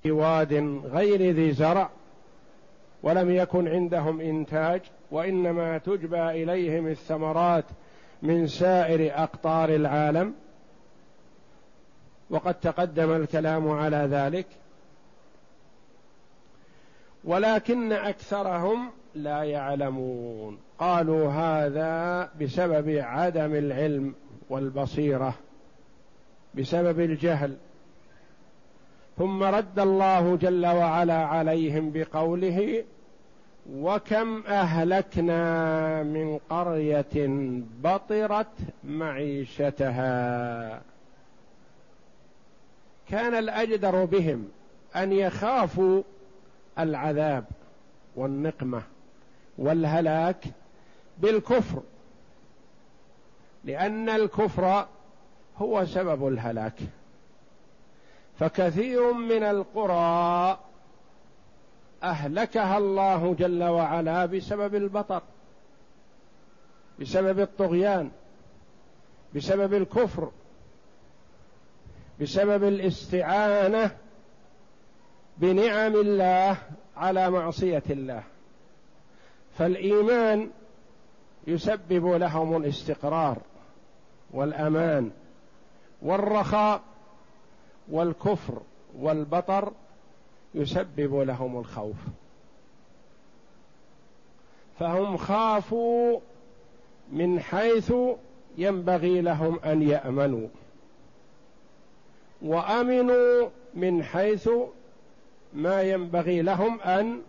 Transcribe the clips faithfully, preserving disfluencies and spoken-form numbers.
في واد غير ذي زرع ولم يكن عندهم إنتاج، وإنما تجبى إليهم الثمرات من سائر أقطار العالم، وقد تقدم الكلام على ذلك، ولكن أكثرهم لا يعلمون. قالوا هذا بسبب عدم العلم والبصيرة، بسبب الجهل. ثم رد الله جل وعلا عليهم بقوله: وكم أهلكنا من قرية بطرت معيشتها. كان الأجدر بهم أن يخافوا العذاب والنقمة والهلاك بالكفر، لأن الكفر هو سبب الهلاك. فكثير من القرى أهلكها الله جل وعلا بسبب البطر، بسبب الطغيان، بسبب الكفر، بسبب الاستعانة بنعم الله على معصية الله. فالإيمان يسبب لهم الاستقرار والأمان والرخاء، والكفر والبطر يسبب لهم الخوف. فهم خافوا من حيث ينبغي لهم أن يأمنوا، وأمنوا من حيث ما ينبغي لهم أن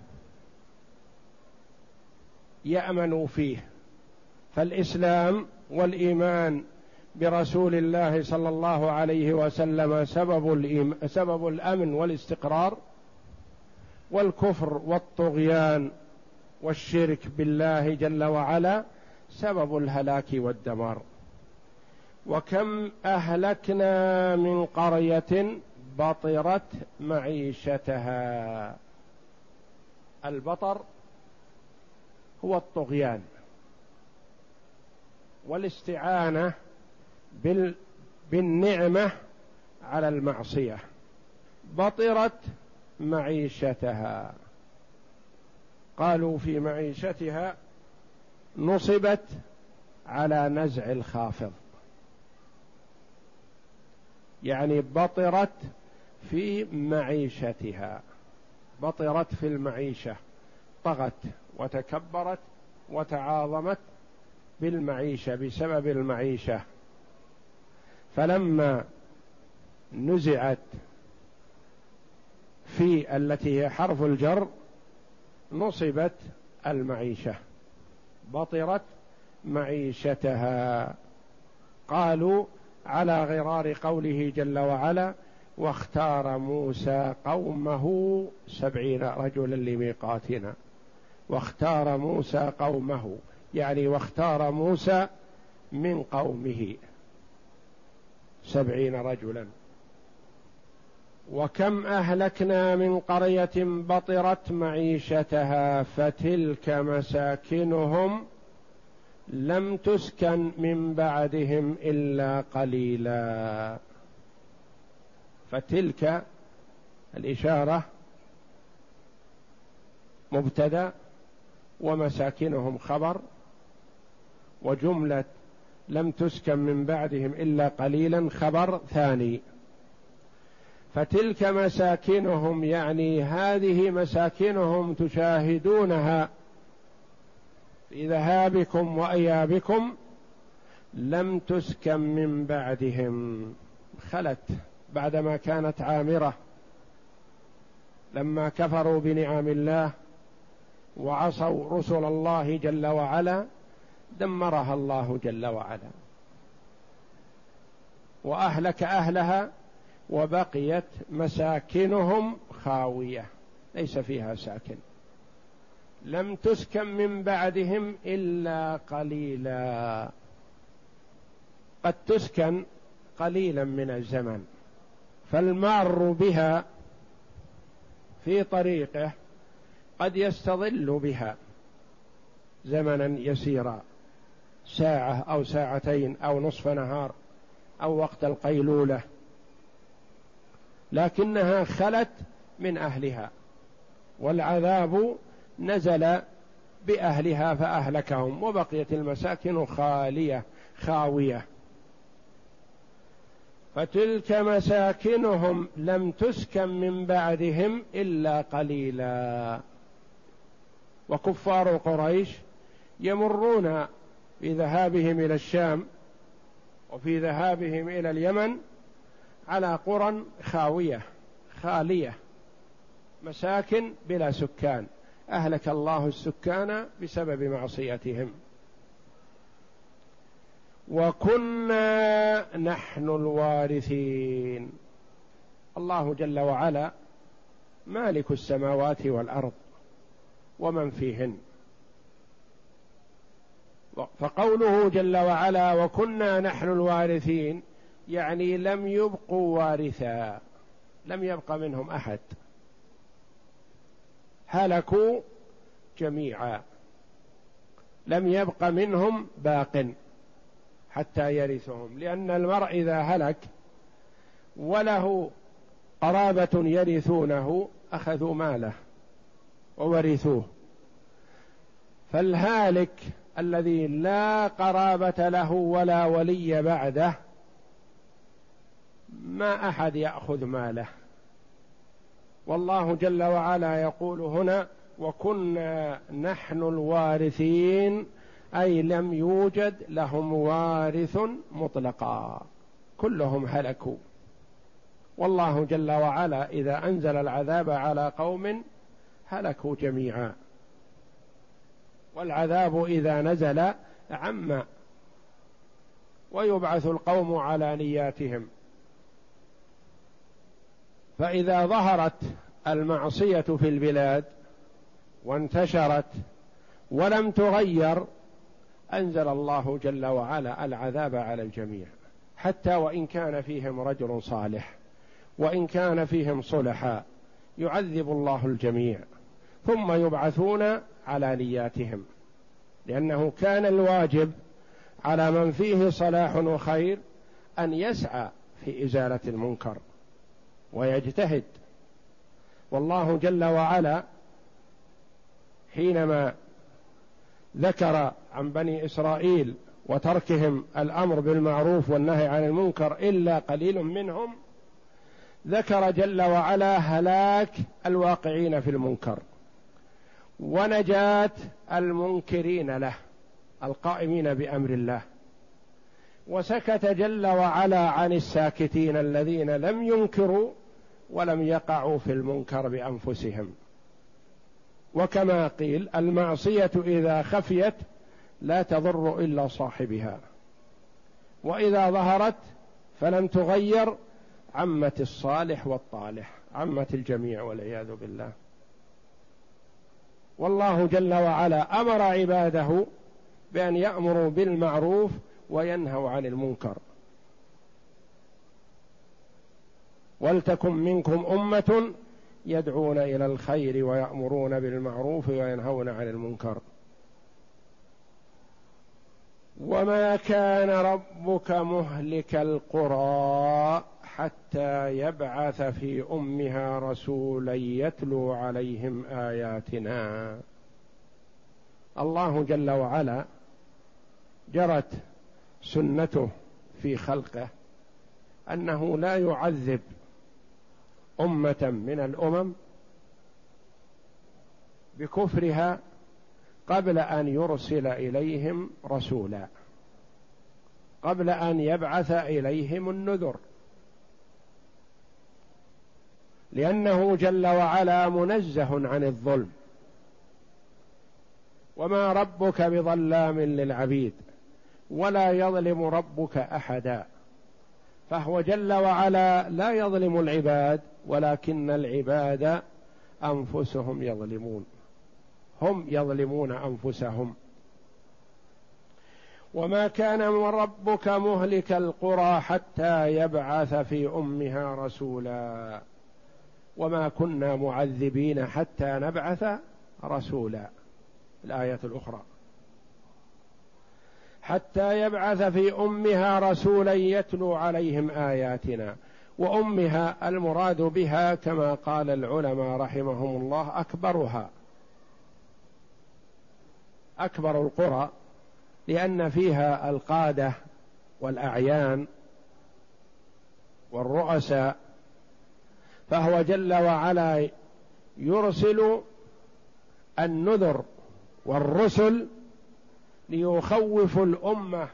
يأمنوا فيه. فالإسلام والإيمان برسول الله صلى الله عليه وسلم سبب الإيم... سبب الأمن والاستقرار، والكفر والطغيان والشرك بالله جل وعلا سبب الهلاك والدمار. وكم أهلكنا من قرية بطرت معيشتها. البطر هو الطغيان والاستعانة بال... بالنعمة على المعصية. بطرت معيشتها، قالوا في معيشتها نصبت على نزع الخافض، يعني بطرت في معيشتها، بطرت في المعيشة، طغت وتكبرت وتعاظمت بالمعيشة بسبب المعيشة. فلما نزعت في التي هي حرف الجر نصبت المعيشة، بطرت معيشتها. قالوا على غرار قوله جل وعلا: واختار موسى قومه سبعين رجلا لميقاتنا. واختار موسى قومه، يعني واختار موسى من قومه سبعين رجلا. وكم أهلكنا من قرية بطرت معيشتها فتلك مساكنهم لم تسكن من بعدهم إلا قليلا. فتلك الإشارة مبتدأ، ومساكنهم خبر، وجملة لم تسكن من بعدهم إلا قليلا خبر ثاني. فتلك مساكنهم يعني هذه مساكنهم تشاهدونها في ذهابكم وإيابكم، لم تسكن من بعدهم، خلت بعدما كانت عامرة لما كفروا بنعم الله وعصوا رسل الله جل وعلا، دمرها الله جل وعلا وأهلك أهلها، وبقيت مساكنهم خاوية ليس فيها ساكن. لم تسكن من بعدهم إلا قليلا. قد تسكن قليلا من الزمن، فالمار بها في طريقه قد يستظل بها زمنا يسيرا، ساعة أو ساعتين أو نصف نهار أو وقت القيلولة، لكنها خلت من أهلها، والعذاب نزل بأهلها فأهلكهم، وبقيت المساكن خالية خاوية. فتلك مساكنهم لم تسكن من بعدهم إلا قليلا. وكفار قريش يمرون في ذهابهم إلى الشام وفي ذهابهم إلى اليمن على قرى خاوية خالية، مساكن بلا سكان، أهلك الله السكان بسبب معصيتهم. وكنا نحن الوارثين. الله جل وعلا مالك السماوات والأرض ومن فيهن، فقوله جل وعلا وكنا نحن الوارثين يعني لم يبقوا وارثا، لم يبق منهم أحد، هلكوا جميعا، لم يبق منهم باق حتى يرثهم. لأن المرء إذا هلك وله قرابة يرثونه أخذوا ماله وورثوه، فالهالك الذي لا قرابة له ولا ولي بعده ما أحد يأخذ ماله. والله جل وعلا يقول هنا وكنا نحن الوارثين، أي لم يوجد لهم وارث مطلقا، كلهم هلكوا. والله جل وعلا إذا أنزل العذاب على قوم هلكوا جميعا، والعذاب إذا نزل عم، ويبعث القوم على نياتهم. فإذا ظهرت المعصية في البلاد وانتشرت ولم تغير أنزل الله جل وعلا العذاب على الجميع، حتى وإن كان فيهم رجل صالح وإن كان فيهم صلحاء يعذب الله الجميع، ثم يبعثون على نياتهم، لأنه كان الواجب على من فيه صلاح وخير أن يسعى في إزالة المنكر ويجتهد. والله جل وعلا حينما ذكر عن بني إسرائيل وتركهم الأمر بالمعروف والنهي عن المنكر إلا قليل منهم، ذكر جل وعلا هلاك الواقعين في المنكر ونجاة المنكرين له القائمين بأمر الله، وسكت جل وعلا عن الساكتين الذين لم ينكروا ولم يقعوا في المنكر بأنفسهم. وكما قيل المعصية إذا خفيت لا تضر إلا صاحبها، وإذا ظهرت فلم تغير عمت الصالح والطالح، عمت الجميع والعياذ بالله. والله جل وعلا أمر عباده بأن يأمروا بالمعروف وينهوا عن المنكر. ولتكن منكم أمة يدعون إلى الخير ويأمرون بالمعروف وينهون عن المنكر. وما كان ربك مهلك القرى حتى يبعث في أمها رسولا يتلو عليهم آياتنا. الله جل وعلا جرت سنته في خلقه أنه لا يعذب أمة من الأمم بكفرها قبل أن يرسل إليهم رسولا، قبل أن يبعث إليهم النذر، لأنه جل وعلا منزه عن الظلم، وما ربك بظلام للعبيد ولا يظلم ربك أحدا. فهو جل وعلا لا يظلم العباد، ولكن العباد أنفسهم يظلمون، هم يظلمون أنفسهم. وما كان ربك مهلك القرى حتى يبعث في أمها رسولا وما كنا معذبين حتى نبعث رسولا. الآية الأخرى حتى يبعث في أمها رسولا يتلو عليهم آياتنا. وأمها المراد بها كما قال العلماء رحمهم الله أكبرها، أكبر القرى، لأن فيها القادة والأعيان والرؤساء، فهو جل وعلا يرسل النذر والرسل ليخوفوا الأمة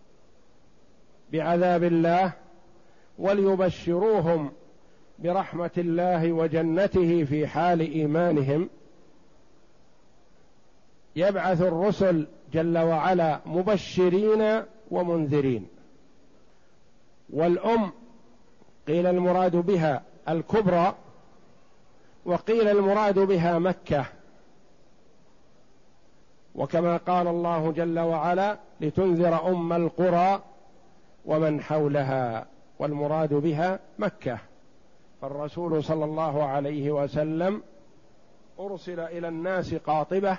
بعذاب الله وليبشروهم برحمة الله وجنته في حال إيمانهم. يبعث الرسل جل وعلا مبشرين ومنذرين. والأم قيل المراد بها الكبرى، وقيل المراد بها مكة، وكما قال الله جل وعلا لتنذر أم القرى ومن حولها، والمراد بها مكة. فالرسول صلى الله عليه وسلم أرسل إلى الناس قاطبة،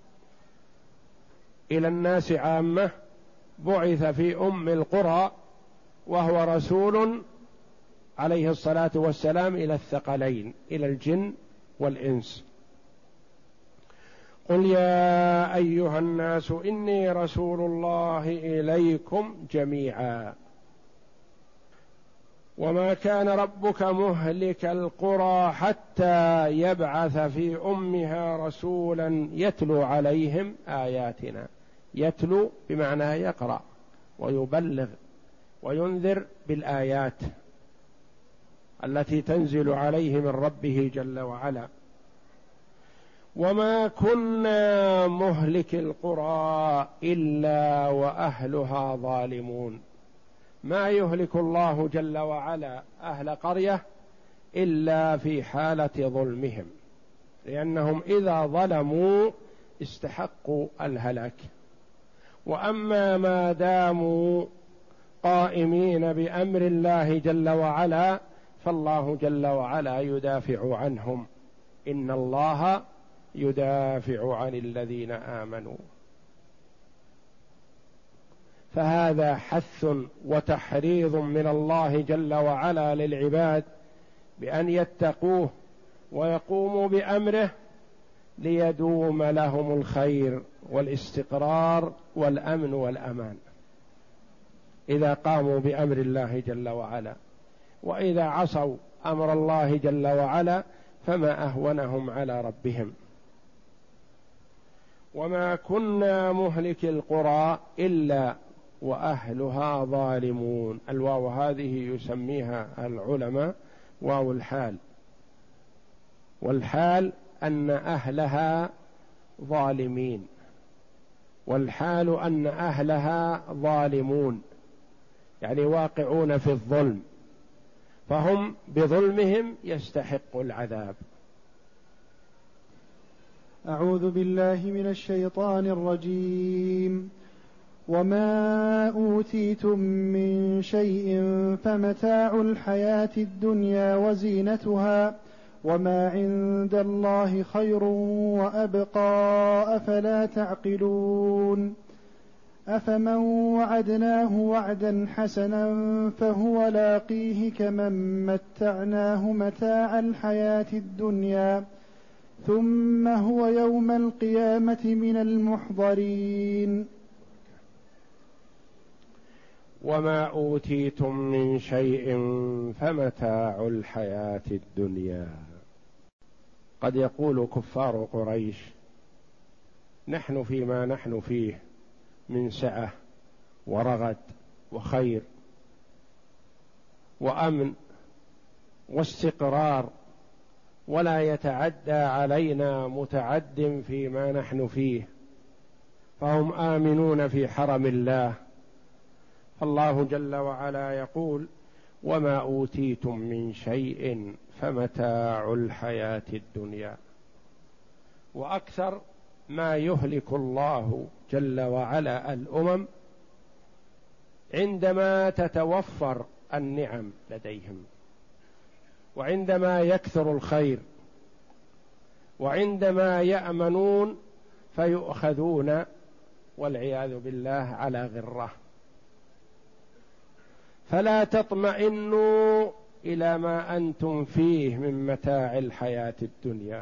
إلى الناس عامة، بعث في أم القرى، وهو رسول عليه الصلاة والسلام إلى الثقلين، إلى الجن والإنس. قل يا أيها الناس إني رسول الله إليكم جميعا وما كان ربك مهلك القرى حتى يبعث في أمها رسولا يتلو عليهم آياتنا. يتلو بمعنى يقرأ ويبلغ وينذر بالآيات التي تنزل عليه من ربه جل وعلا. وما كنا مهلك القرى إلا وأهلها ظالمون. ما يهلك الله جل وعلا أهل قرية إلا في حالة ظلمهم، لأنهم إذا ظلموا استحقوا الهلاك. وأما ما داموا قائمين بأمر الله جل وعلا فالله جل وعلا يدافع عنهم، إن الله يدافع عن الذين آمنوا. فهذا حث وتحريض من الله جل وعلا للعباد بأن يتقوه ويقوموا بأمره ليدوم لهم الخير والاستقرار والأمن والأمان إذا قاموا بأمر الله جل وعلا. وإذا عصوا أمر الله جل وعلا فما أهونهم على ربهم. وما كنا مهلك القرى إلا وأهلها ظالمون. الواو هذه يسميها العلماء واو الحال، والحال أن أهلها ظالمين، والحال أن أهلها ظالمون، يعني واقعون في الظلم، فهم بظلمهم يستحق العذاب. أعوذ بالله من الشيطان الرجيم. وما أوتيتم من شيء فمتاع الحياة الدنيا وزينتها وما عند الله خير وأبقى أفلا تعقلون. أفمن وعدناه وعدا حسنا فهو لاقيه كمن متعناه متاع الحياة الدنيا ثم هو يوم القيامة من المحضرين. وما أوتيتم من شيء فمتاع الحياة الدنيا. قد يقول كفار قريش نحن فيما نحن فيه من سعة ورغد وخير وأمن واستقرار، ولا يتعدى علينا متعد فيما نحن فيه، فهم آمنون في حرم الله. فالله جل وعلا يقول وما أوتيتم من شيء فمتاع الحياة الدنيا. وأكثر ما يهلك الله جل وعلا الأمم عندما تتوفر النعم لديهم، وعندما يكثر الخير، وعندما يأمنون فيؤخذون والعياذ بالله على غرة. فلا تطمئنوا إلى ما أنتم فيه من متاع الحياة الدنيا.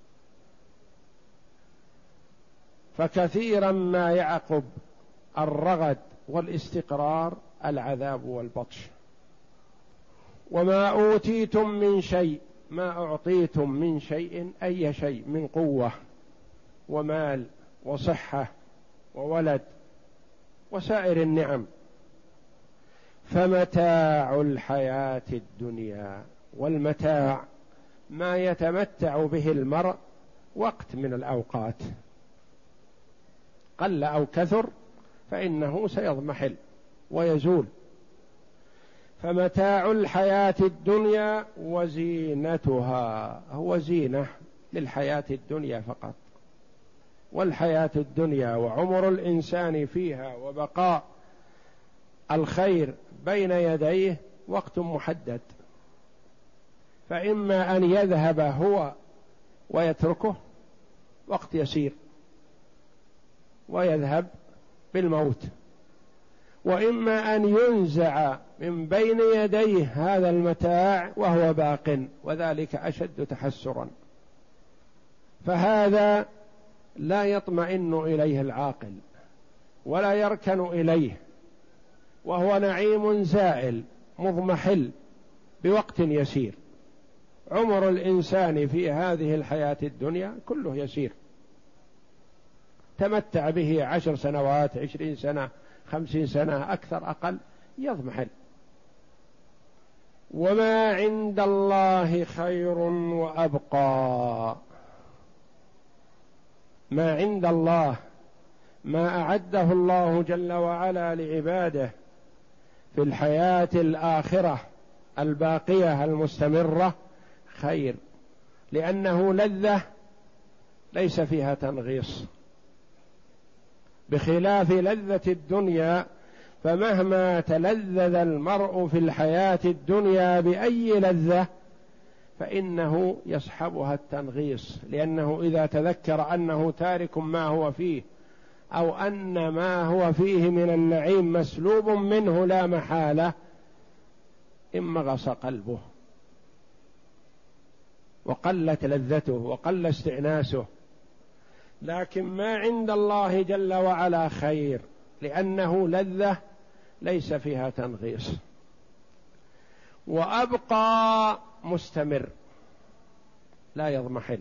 فكثيرا ما يعقب الرغد والاستقرار العذاب والبطش. وما أوتيتم من شيء، ما أعطيتم من شيء، أي شيء من قوة ومال وصحة وولد وسائر النعم، فمتاع الحياة الدنيا. والمتاع ما يتمتع به المرء وقت من الأوقات، قل أو كثر فإنه سيضمحل ويزول. فمتاع الحياة الدنيا وزينتها، هو زينة للحياة الدنيا فقط. والحياة الدنيا وعمر الإنسان فيها وبقاء الخير بين يديه وقت محدد، فإما أن يذهب هو ويتركه وقت يسير ويذهب بالموت، وإما أن ينزع من بين يديه هذا المتاع وهو باق، وذلك أشد تحسرا. فهذا لا يطمئن إليه العاقل ولا يركن إليه، وهو نعيم زائل مضمحل بوقت يسير. عمر الإنسان في هذه الحياة الدنيا كله يسير، تمتع به عشر سنوات، عشرين سنة، خمسين سنة، أكثر أقل، يضمحل. وما عند الله خير وأبقى. ما عند الله، ما أعده الله جل وعلا لعباده في الحياة الآخرة الباقية المستمرة خير، لأنه لذة ليس فيها تنغيص، بخلاف لذة الدنيا، فمهما تلذذ المرء في الحياة الدنيا بأي لذة فإنه يصحبها التنغيص، لأنه إذا تذكر أنه تارك ما هو فيه، أو أن ما هو فيه من النعيم مسلوب منه لا محالة، انمغص قلبه وقلت لذته وقل استئناسه. لكن ما عند الله جل وعلا خير، لأنه لذة ليس فيها تنغيص، وأبقى مستمر لا يضمحل.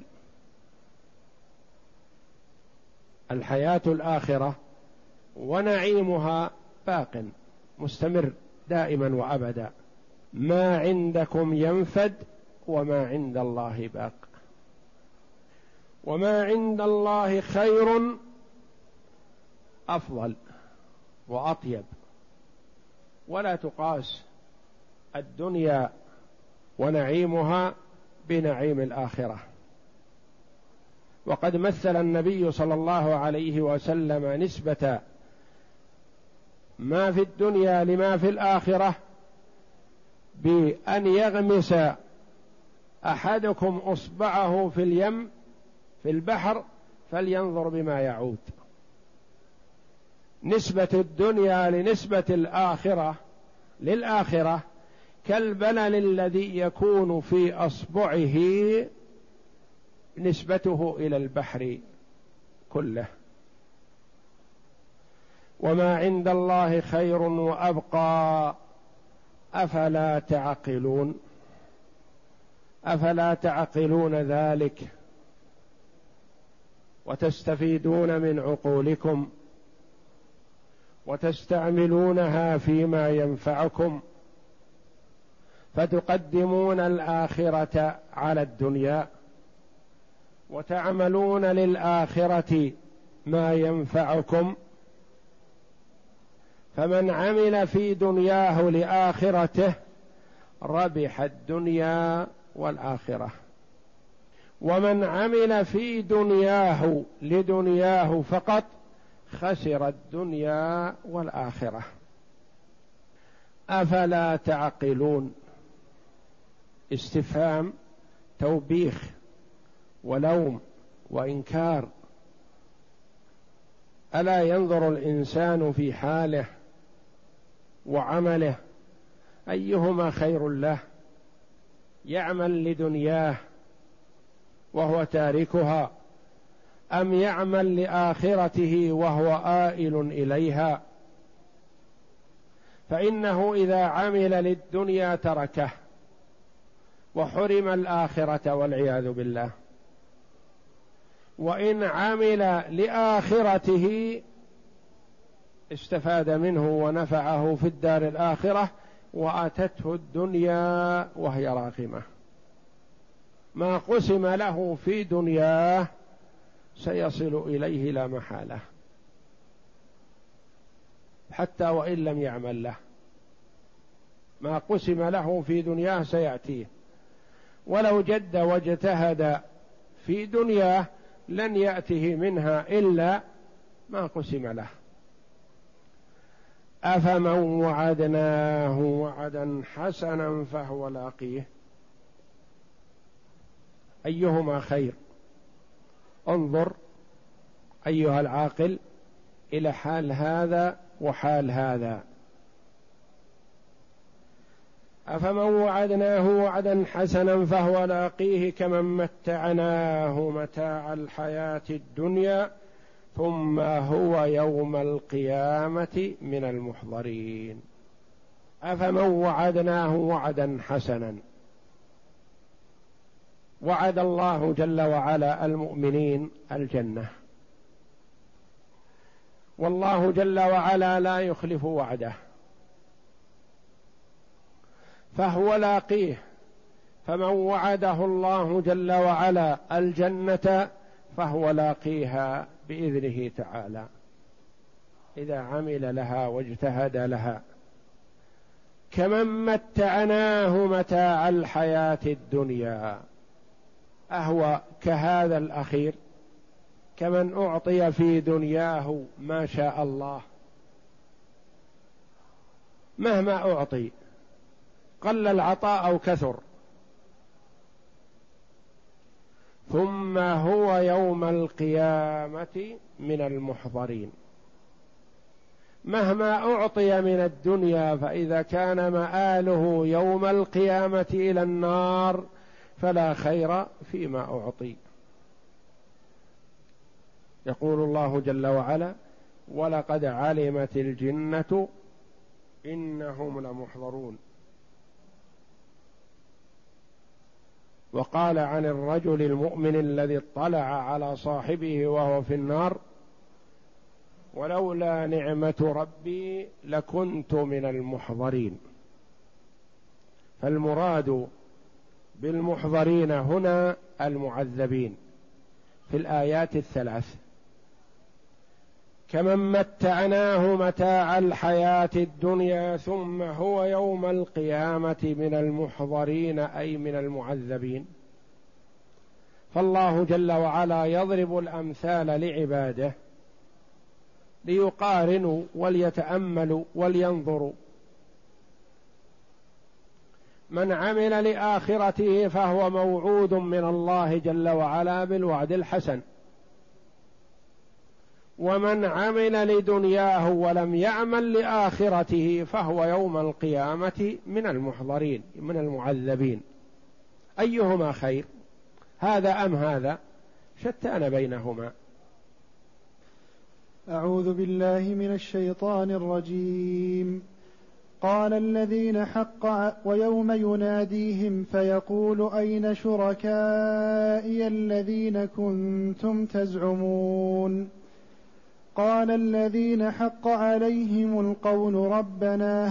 الحياة الآخرة ونعيمها باق مستمر دائما وأبدا. ما عندكم ينفد وما عند الله باق. وما عند الله خير أفضل وأطيب، ولا تقاس الدنيا ونعيمها بنعيم الآخرة. وقد مثل النبي صلى الله عليه وسلم نسبة ما في الدنيا لما في الآخرة بأن يغمس أحدكم أصبعه في اليم في البحر فلينظر بما يعود. نسبة الدنيا لنسبة الآخرة للآخرة كالبلل الذي يكون في أصبعه نسبته إلى البحر كله. وما عند الله خير وأبقى أفلا تعقلون. أفلا تعقلون ذلك وتستفيدون من عقولكم وتستعملونها فيما ينفعكم، فتقدمون الآخرة على الدنيا وتعملون للآخرة ما ينفعكم. فمن عمل في دنياه لآخرته ربح الدنيا والآخرة، ومن عمل في دنياه لدنياه فقط خسر الدنيا والآخرة. أفلا تعقلون؟ استفهام توبيخ ولوم وإنكار. ألا ينظر الإنسان في حاله وعمله أيهما خير له؟ يعمل لدنياه وهو تاركها، أم يعمل لآخرته وهو آئل إليها؟ فإنه إذا عمل للدنيا تركه وحرم الآخرة والعياذ بالله، وإن عمل لآخرته استفاد منه ونفعه في الدار الآخرة، وأتته الدنيا وهي راغمة. ما قسم له في دنياه سيصل إليه لا محالة، حتى وإن لم يعمل له. ما قسم له في دنياه سيأتيه، ولو جد واجتهد في دنياه لن يأته منها إلا ما قسم له. أفمن وعدناه وعدا حسنا فهو لاقيه أيهما خير؟ انظر أيها العاقل إلى حال هذا وحال هذا. أفمن وعدناه وعدا حسنا فهو لاقيه كمن متعناه متاع الحياة الدنيا ثم هو يوم القيامة من المحضرين. أفمن وعدناه وعدا حسنا، وعد الله جل وعلا المؤمنين الجنة، والله جل وعلا لا يخلف وعده، فهو لاقيه. فمن وعده الله جل وعلا الجنة فهو لاقيها بإذنه تعالى إذا عمل لها واجتهد لها. كمن متعناه متاع الحياة الدنيا، أهو كهذا الأخير، كمن أعطي في دنياه ما شاء الله، مهما أعطي قل العطاء أو كثر، ثم هو يوم القيامة من المحضرين. مهما أعطي من الدنيا فإذا كان مآله يوم القيامة إلى النار فلا خير فيما أعطي. يقول الله جل وعلا: ولقد علمت الجنة إنهم لمحضرون. وقال عن الرجل المؤمن الذي اطلع على صاحبه وهو في النار: ولولا نعمة ربي لكنت من المحضرين. فالمراد بالمحضرين هنا المعذبين في الآيات الثلاث. كمن متعناه متاع الحياة الدنيا ثم هو يوم القيامة من المحضرين أي من المعذبين. فالله جل وعلا يضرب الأمثال لعباده ليقارنوا وليتأملوا ولينظروا. من عمل لآخرته فهو موعود من الله جل وعلا بالوعد الحسن، ومن عمل لدنياه ولم يعمل لآخرته فهو يوم القيامة من المحضرين من المعذبين. أيهما خير، هذا أم هذا؟ شتان بينهما. أعوذ بالله من الشيطان الرجيم. قال الذين حق ويوم يناديهم فيقول أين شركائي الذين كنتم تزعمون. قال الذين حق عليهم القول ربنا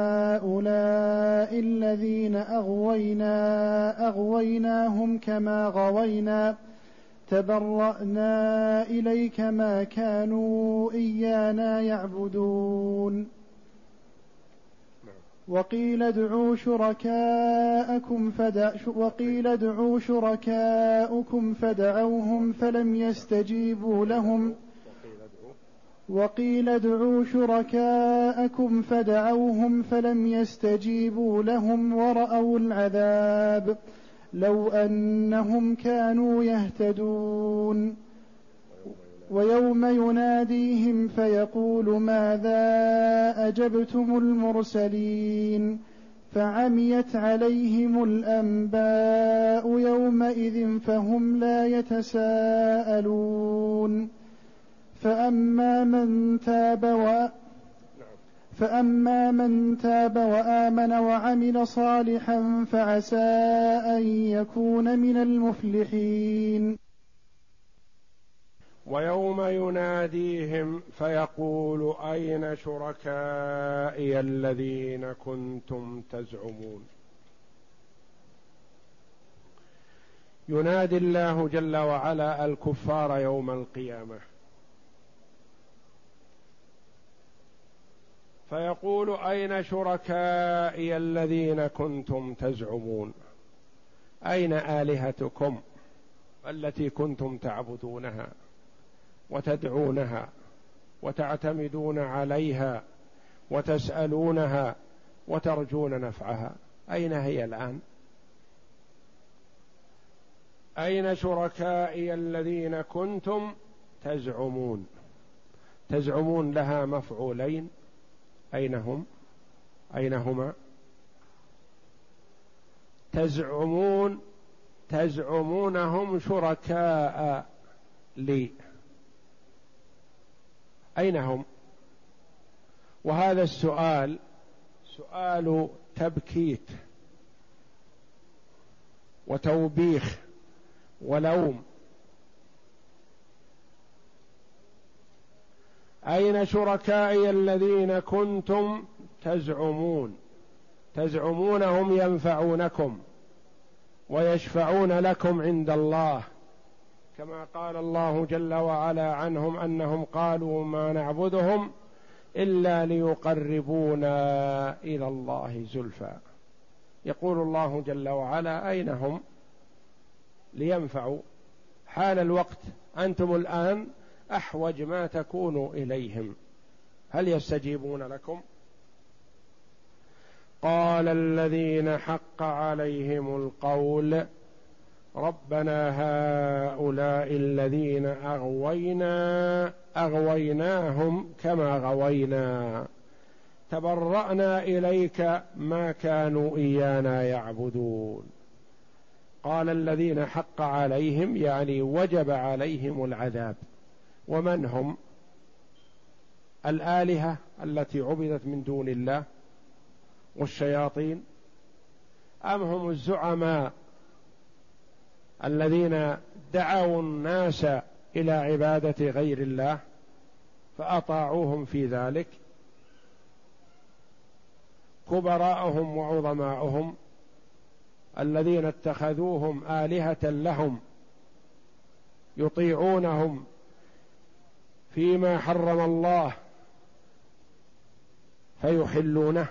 هؤلاء الذين أغوينا أغويناهم كما غوينا تبرأنا إليك ما كانوا إيانا يعبدون. وقيل ادعوا شركاءكم فدع وقيل ادعوا شركاءكم فدعوهم فلم يستجيبوا لهم وقيل ادعوا شركاءكم فدعوهم فلم يستجيبوا لهم ورأوا العذاب لو أنهم كانوا يهتدون. ويوم يناديهم فيقول ماذا أجبتم المرسلين فعميت عليهم الأنباء يومئذ فهم لا يتساءلون فأما من تاب و فأما من تاب وآمن وعمل صالحا فعسى أن يكون من المفلحين. ويوم يناديهم فيقول أين شركائي الذين كنتم تزعمون. ينادي الله جل وعلا الكفار يوم القيامة فيقول أين شركائي الذين كنتم تزعمون، أين آلهتكم التي كنتم تعبدونها وتدعونها وتعتمدون عليها وتسألونها وترجون نفعها، أين هي الآن؟ أين شركائي الذين كنتم تزعمون؟ تزعمون لها مفعولين، أين هم؟ أين هما؟ تزعمون تزعمونهم شركاء لي، أين هم؟ وهذا السؤال سؤال تبكيت وتوبيخ ولوم. أين شركائي الذين كنتم تزعمون؟ تزعمونهم ينفعونكم ويشفعون لكم عند الله، كما قال الله جل وعلا عنهم أنهم قالوا ما نعبدهم إلا ليقربونا إلى الله زلفى. يقول الله جل وعلا أين هم لينفعوا؟ حال الوقت أنتم الآن أحوج ما تكونوا إليهم، هل يستجيبون لكم؟ قال الذين حق عليهم القول ربنا هؤلاء الذين أغوينا أغويناهم كما غوينا تبرأنا إليك ما كانوا إيانا يعبدون. قال الذين حق عليهم يعني وجب عليهم العذاب. ومن هم؟ الآلهة التي عبدت من دون الله والشياطين، أم هم الزعماء الذين دعوا الناس إلى عبادة غير الله فأطاعوهم في ذلك؟ كبراءهم وعظماؤهم الذين اتخذوهم آلهة لهم يطيعونهم فيما حرم الله فيحلونه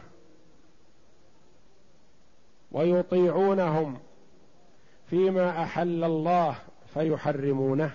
ويطيعونهم فيما أحل الله فيحرمونه.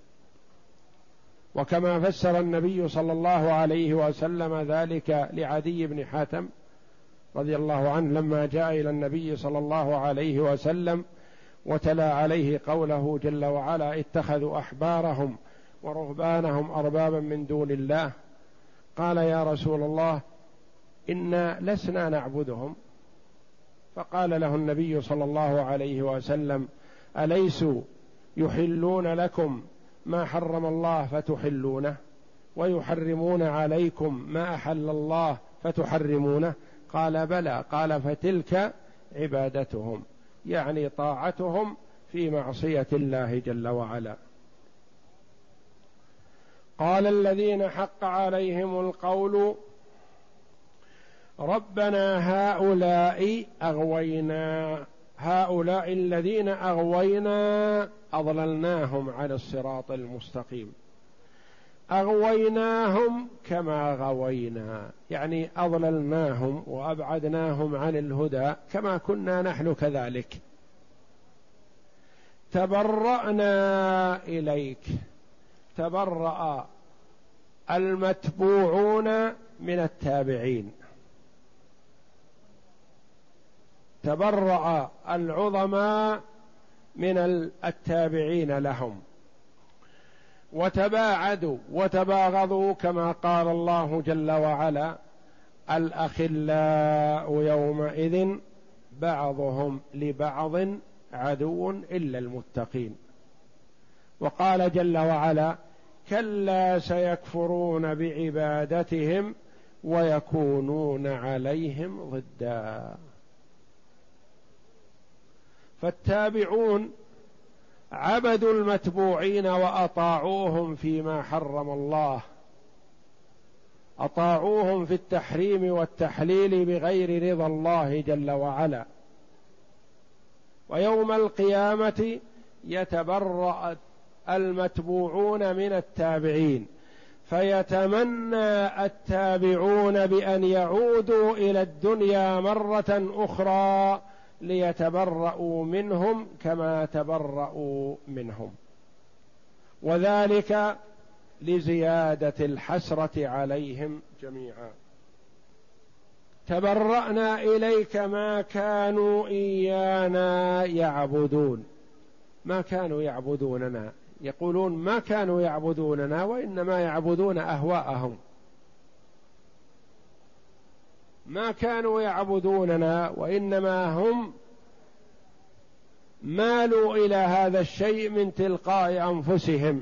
وكما فسر النبي صلى الله عليه وسلم ذلك لعدي بن حاتم رضي الله عنه لما جاء إلى النبي صلى الله عليه وسلم وتلا عليه قوله جل وعلا اتخذوا أحبارهم ورهبانهم أربابا من دون الله، قال يا رسول الله إنا لسنا نعبدهم. فقال له النبي صلى الله عليه وسلم أليسوا يحلون لكم ما حرم الله فتحلونه ويحرمون عليكم ما أحل الله فتحرمونه؟ قال بلى. قال فتلك عبادتهم، يعني طاعتهم في معصية الله جل وعلا. قال الذين حق عليهم القول ربنا هؤلاء أغوينا هؤلاء الذين أغوينا أضللناهم على الصراط المستقيم. أغويناهم كما غوينا، يعني أضللناهم وأبعدناهم عن الهدى كما كنا نحن كذلك. تبرأنا إليك، تبرأ المتبوعون من التابعين، تبرأ العظماء من التابعين لهم، وتباعدوا وتباغضوا كما قال الله جل وعلا الأخلاء يومئذ بعضهم لبعض عدو إلا المتقين. وقال جل وعلا: كلا سيكفرون بعبادتهم ويكونون عليهم ضدا. فالتابعون عبدوا المتبوعين وأطاعوهم فيما حرم الله، أطاعوهم في التحريم والتحليل بغير رضا الله جل وعلا. ويوم القيامة يتبرأ المتبوعون من التابعين، فيتمنى التابعون بأن يعودوا إلى الدنيا مرة أخرى ليتبرؤوا منهم كما تبرؤوا منهم، وذلك لزيادة الحسرة عليهم جميعا. تبرأنا إليك ما كانوا إيانا يعبدون، ما كانوا يعبدوننا، يقولون ما كانوا يعبدوننا وإنما يعبدون أهواءهم، ما كانوا يعبدوننا وإنما هم مالوا إلى هذا الشيء من تلقاء أنفسهم.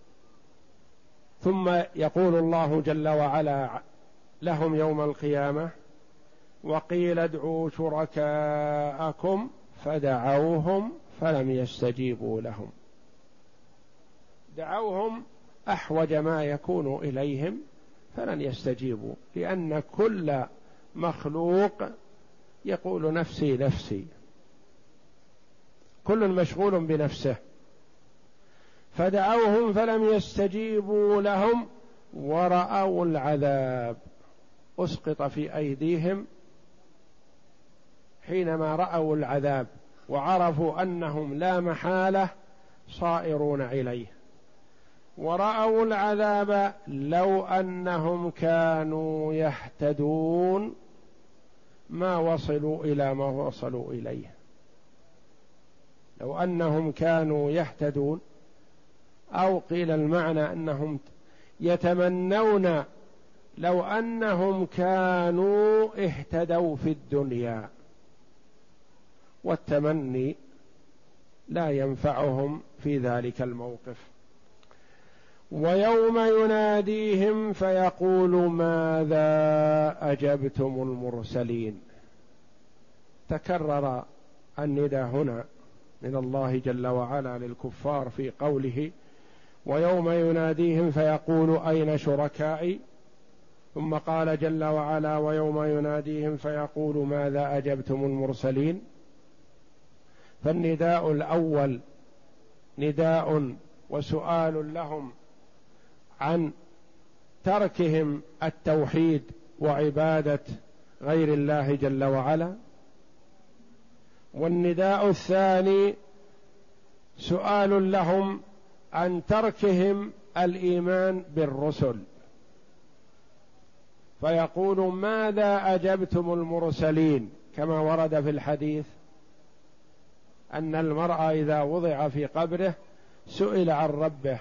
ثم يقول الله جل وعلا لهم يوم القيامة: وقيل ادعوا شركاءكم فدعوهم فلم يستجيبوا لهم. دعوهم أحوج ما يكون إليهم فلن يستجيبوا، لأن كل مخلوق يقول نفسي نفسي، كل مشغول بنفسه. فدعوهم فلم يستجيبوا لهم ورأوا العذاب، أسقط في أيديهم حينما رأوا العذاب وعرفوا أنهم لا محالة صائرون إليه. ورأوا العذاب لو أنهم كانوا يهتدون ما وصلوا إلى ما وصلوا إليه. لو أنهم كانوا يهتدون، أو قيل المعنى أنهم يتمنون لو أنهم كانوا اهتدوا في الدنيا، والتمني لا ينفعهم في ذلك الموقف. ويوم يناديهم فيقول ماذا أجبتم المرسلين. تكرر النداء هنا من الله جل وعلا للكفار في قوله: ويوم يناديهم فيقول أين شركائي، ثم قال جل وعلا: ويوم يناديهم فيقول ماذا أجبتم المرسلين. فالنداء الأول نداء وسؤال لهم عن تركهم التوحيد وعبادة غير الله جل وعلا، والنداء الثاني سؤال لهم عن تركهم الإيمان بالرسل، فيقول ماذا أجبتم المرسلين، كما ورد في الحديث أن المرء إذا وضع في قبره سئل عن ربه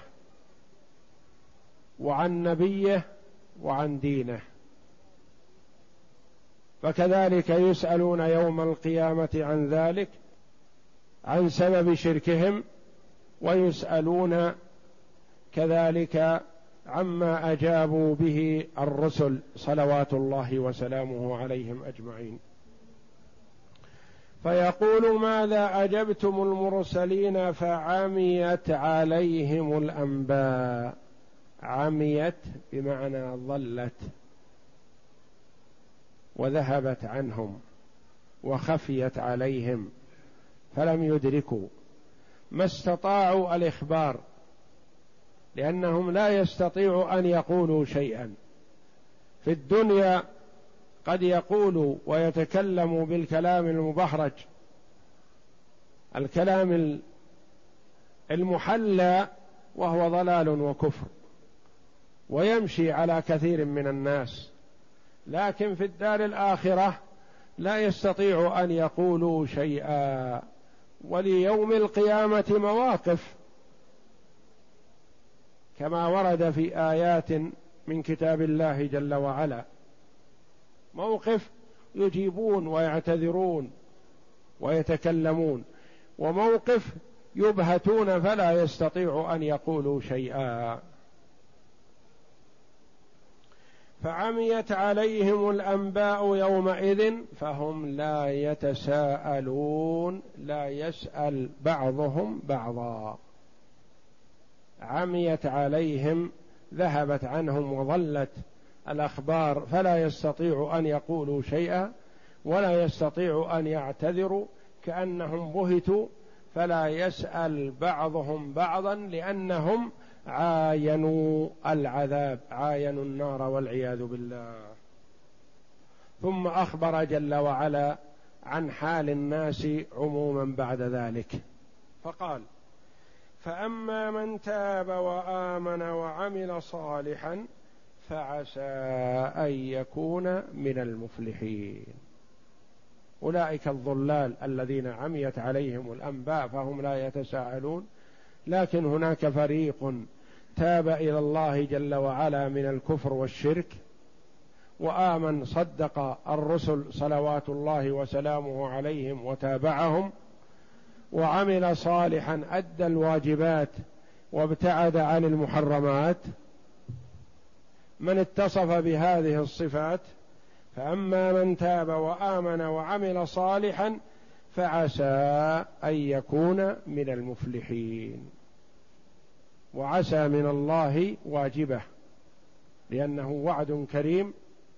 وعن نبيه وعن دينه، فكذلك يسألون يوم القيامة عن ذلك، عن سبب شركهم، ويسألون كذلك عما أجابوا به الرسل صلوات الله وسلامه عليهم أجمعين. فيقول ماذا أجبتم المرسلين فعميت عليهم الأنباء. عميت بمعنى ضلت وذهبت عنهم وخفيت عليهم، فلم يدركوا، ما استطاعوا الإخبار، لأنهم لا يستطيعوا أن يقولوا شيئا. في الدنيا قد يقولوا ويتكلموا بالكلام المبهرج، الكلام المحلى، وهو ضلال وكفر، ويمشي على كثير من الناس. لكن في الدار الآخرة لا يستطيع أن يقولوا شيئا، وليوم القيامة مواقف كما ورد في آيات من كتاب الله جل وعلا. موقف يجيبون ويعتذرون ويتكلمون، وموقف يبهتون فلا يستطيع أن يقولوا شيئا. فعميت عليهم الأنباء يومئذ فهم لا يتساءلون، لا يسأل بعضهم بعضا. عميت عليهم، ذهبت عنهم وظلت الأخبار فلا يستطيع أن يقولوا شيئا ولا يستطيع أن يعتذروا، كأنهم بهتوا، فلا يسأل بعضهم بعضا لأنهم عاينوا العذاب، عاينوا النار والعياذ بالله. ثم أخبر جل وعلا عن حال الناس عموما بعد ذلك فقال: فأما من تاب وآمن وعمل صالحا فعسى أن يكون من المفلحين. أولئك الضلال الذين عميت عليهم الأنباء فهم لا يتساءلون، لكن هناك فريق تاب إلى الله جل وعلا من الكفر والشرك وآمن، صدق الرسل صلوات الله وسلامه عليهم وتابعهم، وعمل صالحا أدى الواجبات وابتعد عن المحرمات. من اتصف بهذه الصفات: فأما من تاب وآمن وعمل صالحا فعسى أن يكون من المفلحين. وعسى من الله واجبة، لأنه وعد كريم،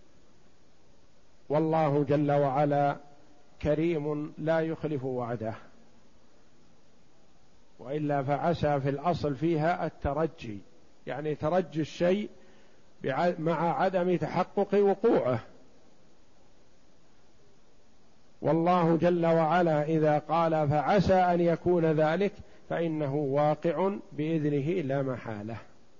والله جل وعلا كريم لا يخلف وعده، وإلا فعسى في الأصل فيها الترجي، يعني ترجي الشيء مع عدم تحقق وقوعه. والله جل وعلا إذا قال فعسى أن يكون ذلك فإنه واقع بإذنه لا محالة.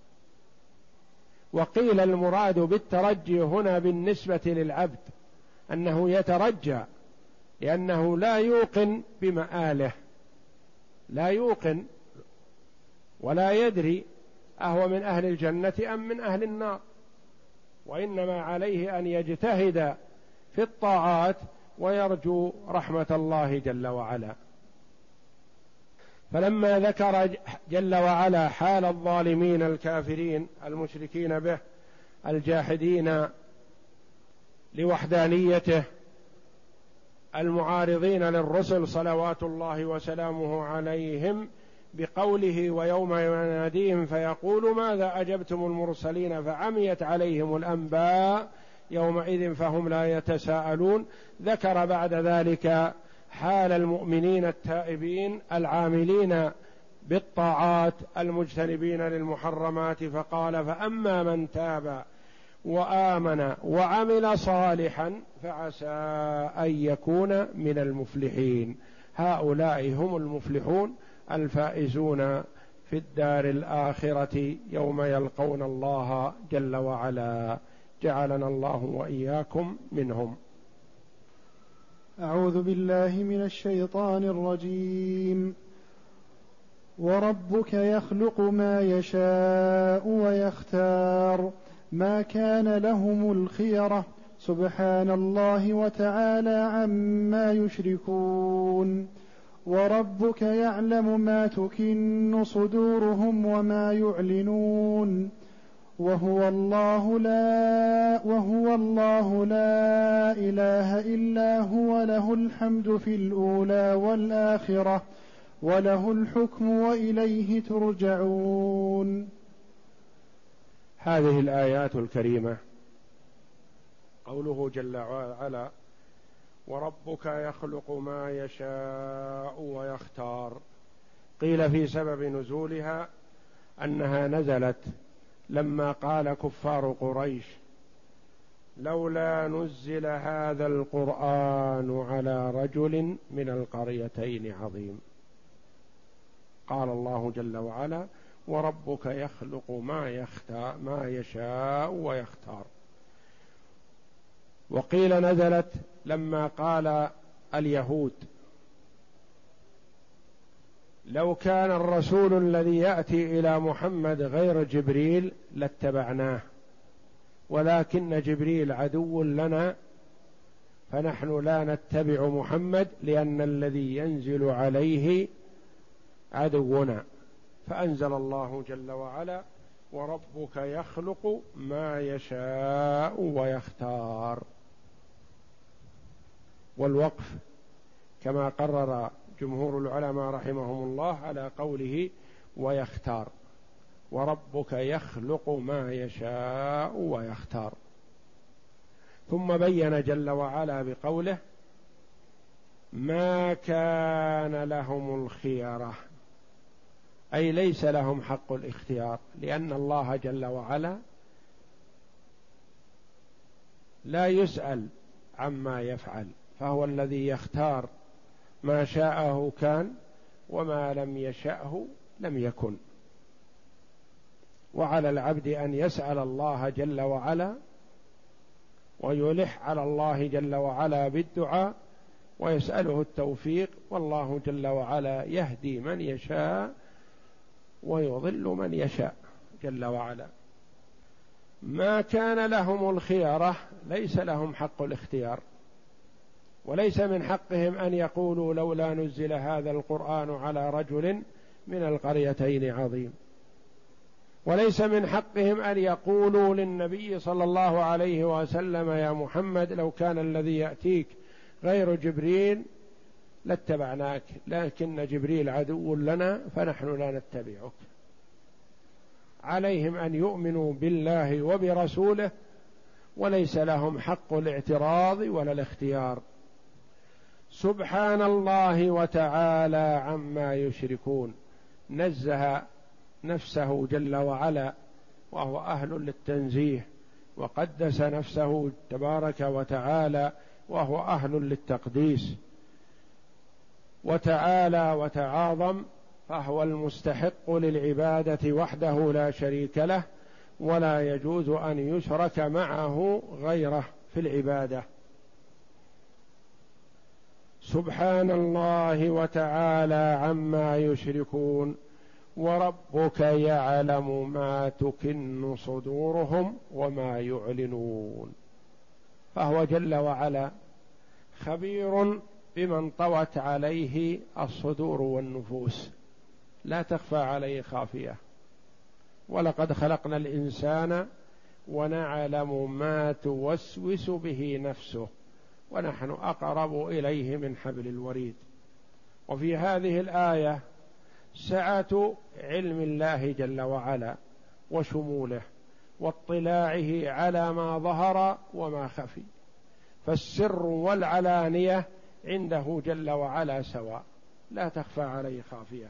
وقيل المراد بالترجي هنا بالنسبة للعبد أنه يترجى، لأنه لا يوقن بمآله، لا يوقن ولا يدري أهو من أهل الجنة أم من أهل النار، وإنما عليه أن يجتهد في الطاعات ويرجو رحمة الله جل وعلا. فلما ذكر جل وعلا حال الظالمين الكافرين المشركين به الجاحدين لوحدانيته المعارضين للرسل صلوات الله وسلامه عليهم بقوله: ويوم يناديهم فيقول ماذا أجبتم المرسلين فعميت عليهم الأنباء يومئذ فهم لا يتساءلون، ذكر بعد ذلك حال المؤمنين التائبين العاملين بالطاعات المجتنبين للمحرمات، فقال: فأما من تاب وآمن وعمل صالحا فعسى أن يكون من المفلحين. هؤلاء هم المفلحون الفائزون في الدار الآخرة يوم يلقون الله جل وعلا، جعلنا الله وإياكم منهم. أعوذ بالله من الشيطان الرجيم. وربك يخلق ما يشاء ويختار ما كان لهم الخيرة سبحان الله وتعالى عما يشركون. وربك يعلم ما تكن صدورهم وما يعلنون وهو الله لا وهو الله لا إله إلا هو له الحمد في الأولى والآخرة وله الحكم وإليه ترجعون. هذه الآيات الكريمة قوله جل وعلا: وربك يخلق ما يشاء ويختار، قيل في سبب نزولها أنها نزلت لما قال كفار قريش: لولا نزل هذا القرآن على رجل من القريتين عظيم. قال الله جل وعلا: وربك يخلق ما يختار ما يشاء ويختار. وقيل نزلت لما قال اليهود: لو كان الرسول الذي يأتي إلى محمد غير جبريل لاتبعناه، ولكن جبريل عدو لنا فنحن لا نتبع محمد لأن الذي ينزل عليه عدونا. فأنزل الله جل وعلا: وربك يخلق ما يشاء ويختار. والوقف كما قرر جمهور العلماء رحمهم الله على قوله ويختار، وربك يخلق ما يشاء ويختار. ثم بين جل وعلا بقوله: ما كان لهم الخيرة، أي ليس لهم حق الاختيار، لأن الله جل وعلا لا يسأل عما يفعل، فهو الذي يختار، ما شاءه كان وما لم يشأه لم يكن. وعلى العبد أن يسأل الله جل وعلا ويلح على الله جل وعلا بالدعاء ويسأله التوفيق، والله جل وعلا يهدي من يشاء ويضل من يشاء جل وعلا. ما كان لهم الخيرة، ليس لهم حق الاختيار، وليس من حقهم أن يقولوا لولا نزل هذا القرآن على رجل من القريتين عظيم، وليس من حقهم أن يقولوا للنبي صلى الله عليه وسلم: يا محمد لو كان الذي يأتيك غير جبريل لاتبعناك، لكن جبريل عدو لنا فنحن لا نتبعك. عليهم أن يؤمنوا بالله وبرسوله، وليس لهم حق الاعتراض ولا الاختيار. سبحان الله وتعالى عما يشركون، نزه نفسه جل وعلا وهو أهل للتنزيه، وقدس نفسه تبارك وتعالى وهو أهل للتقديس، وتعالى وتعاظم، فهو المستحق للعبادة وحده لا شريك له، ولا يجوز أن يشرك معه غيره في العبادة. سبحان الله وتعالى عما يشركون. وربك يعلم ما تكن صدورهم وما يعلنون، فهو جل وعلا خبير بمن طوت عليه الصدور والنفوس، لا تخفى عليه خافية. ولقد خلقنا الإنسان ونعلم ما توسوس به نفسه ونحن أقرب إليه من حبل الوريد. وفي هذه الآية سعة علم الله جل وعلا وشموله واطلاعه على ما ظهر وما خفي، فالسر والعلانية عنده جل وعلا سواء، لا تخفى عليه خافية.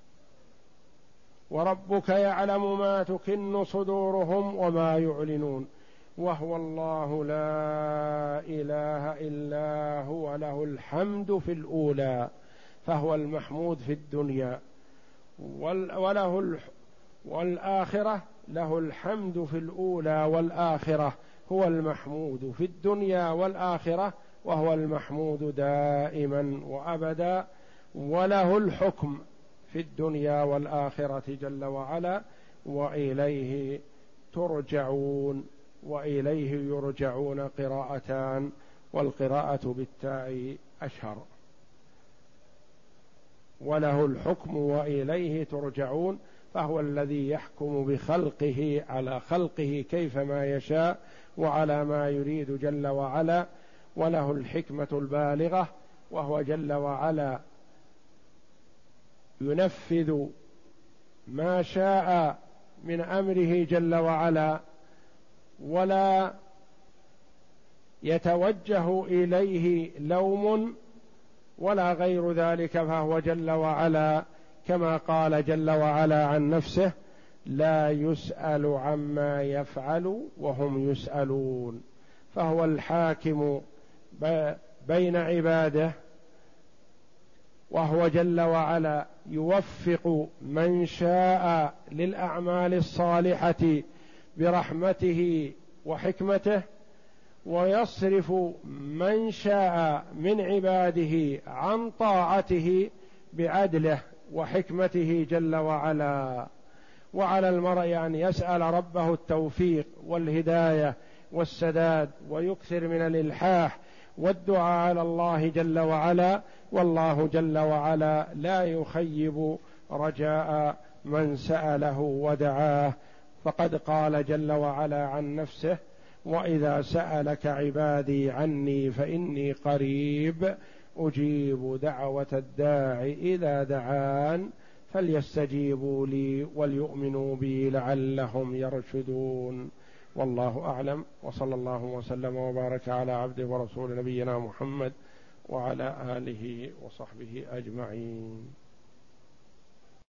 وربك يعلم ما تكن صدورهم وما يعلنون، وهو الله لا إله إلا هو، له الحمد في الأولى، فهو المحمود في الدنيا، وله والآخرة، له الحمد في الأولى والآخرة، هو المحمود في الدنيا والآخرة، وهو المحمود دائما وأبدا، وله الحكم في الدنيا والآخرة جل وعلا، وإليه ترجعون. وإليه يرجعون قراءتان، والقراءة بالتاء أشهر. وله الحكم وإليه ترجعون، فهو الذي يحكم بخلقه على خلقه كيفما يشاء وعلى ما يريد جل وعلا، وله الحكمة البالغة، وهو جل وعلا ينفذ ما شاء من أمره جل وعلا، ولا يتوجه إليه لوم ولا غير ذلك، فهو جل وعلا كما قال جل وعلا عن نفسه: لا يسأل عما يفعل وهم يسألون. فهو الحاكم بين عباده، وهو جل وعلا يوفق من شاء للأعمال الصالحة برحمته وحكمته، ويصرف من شاء من عباده عن طاعته بعدله وحكمته جل وعلا. وعلى المرء أن يسأل ربه التوفيق والهداية والسداد، ويكثر من الإلحاح والدعاء على الله جل وعلا، والله جل وعلا لا يخيب رجاء من سأله ودعاه، فقد قال جل وعلا عن نفسه: وإذا سألك عبادي عني فإني قريب أجيب دعوة الداع إذا دعان فليستجيبوا لي وليؤمنوا بي لعلهم يرشدون. والله أعلم، وصلى الله وسلم وبارك على عبده ورسول نبينا محمد وعلى آله وصحبه أجمعين.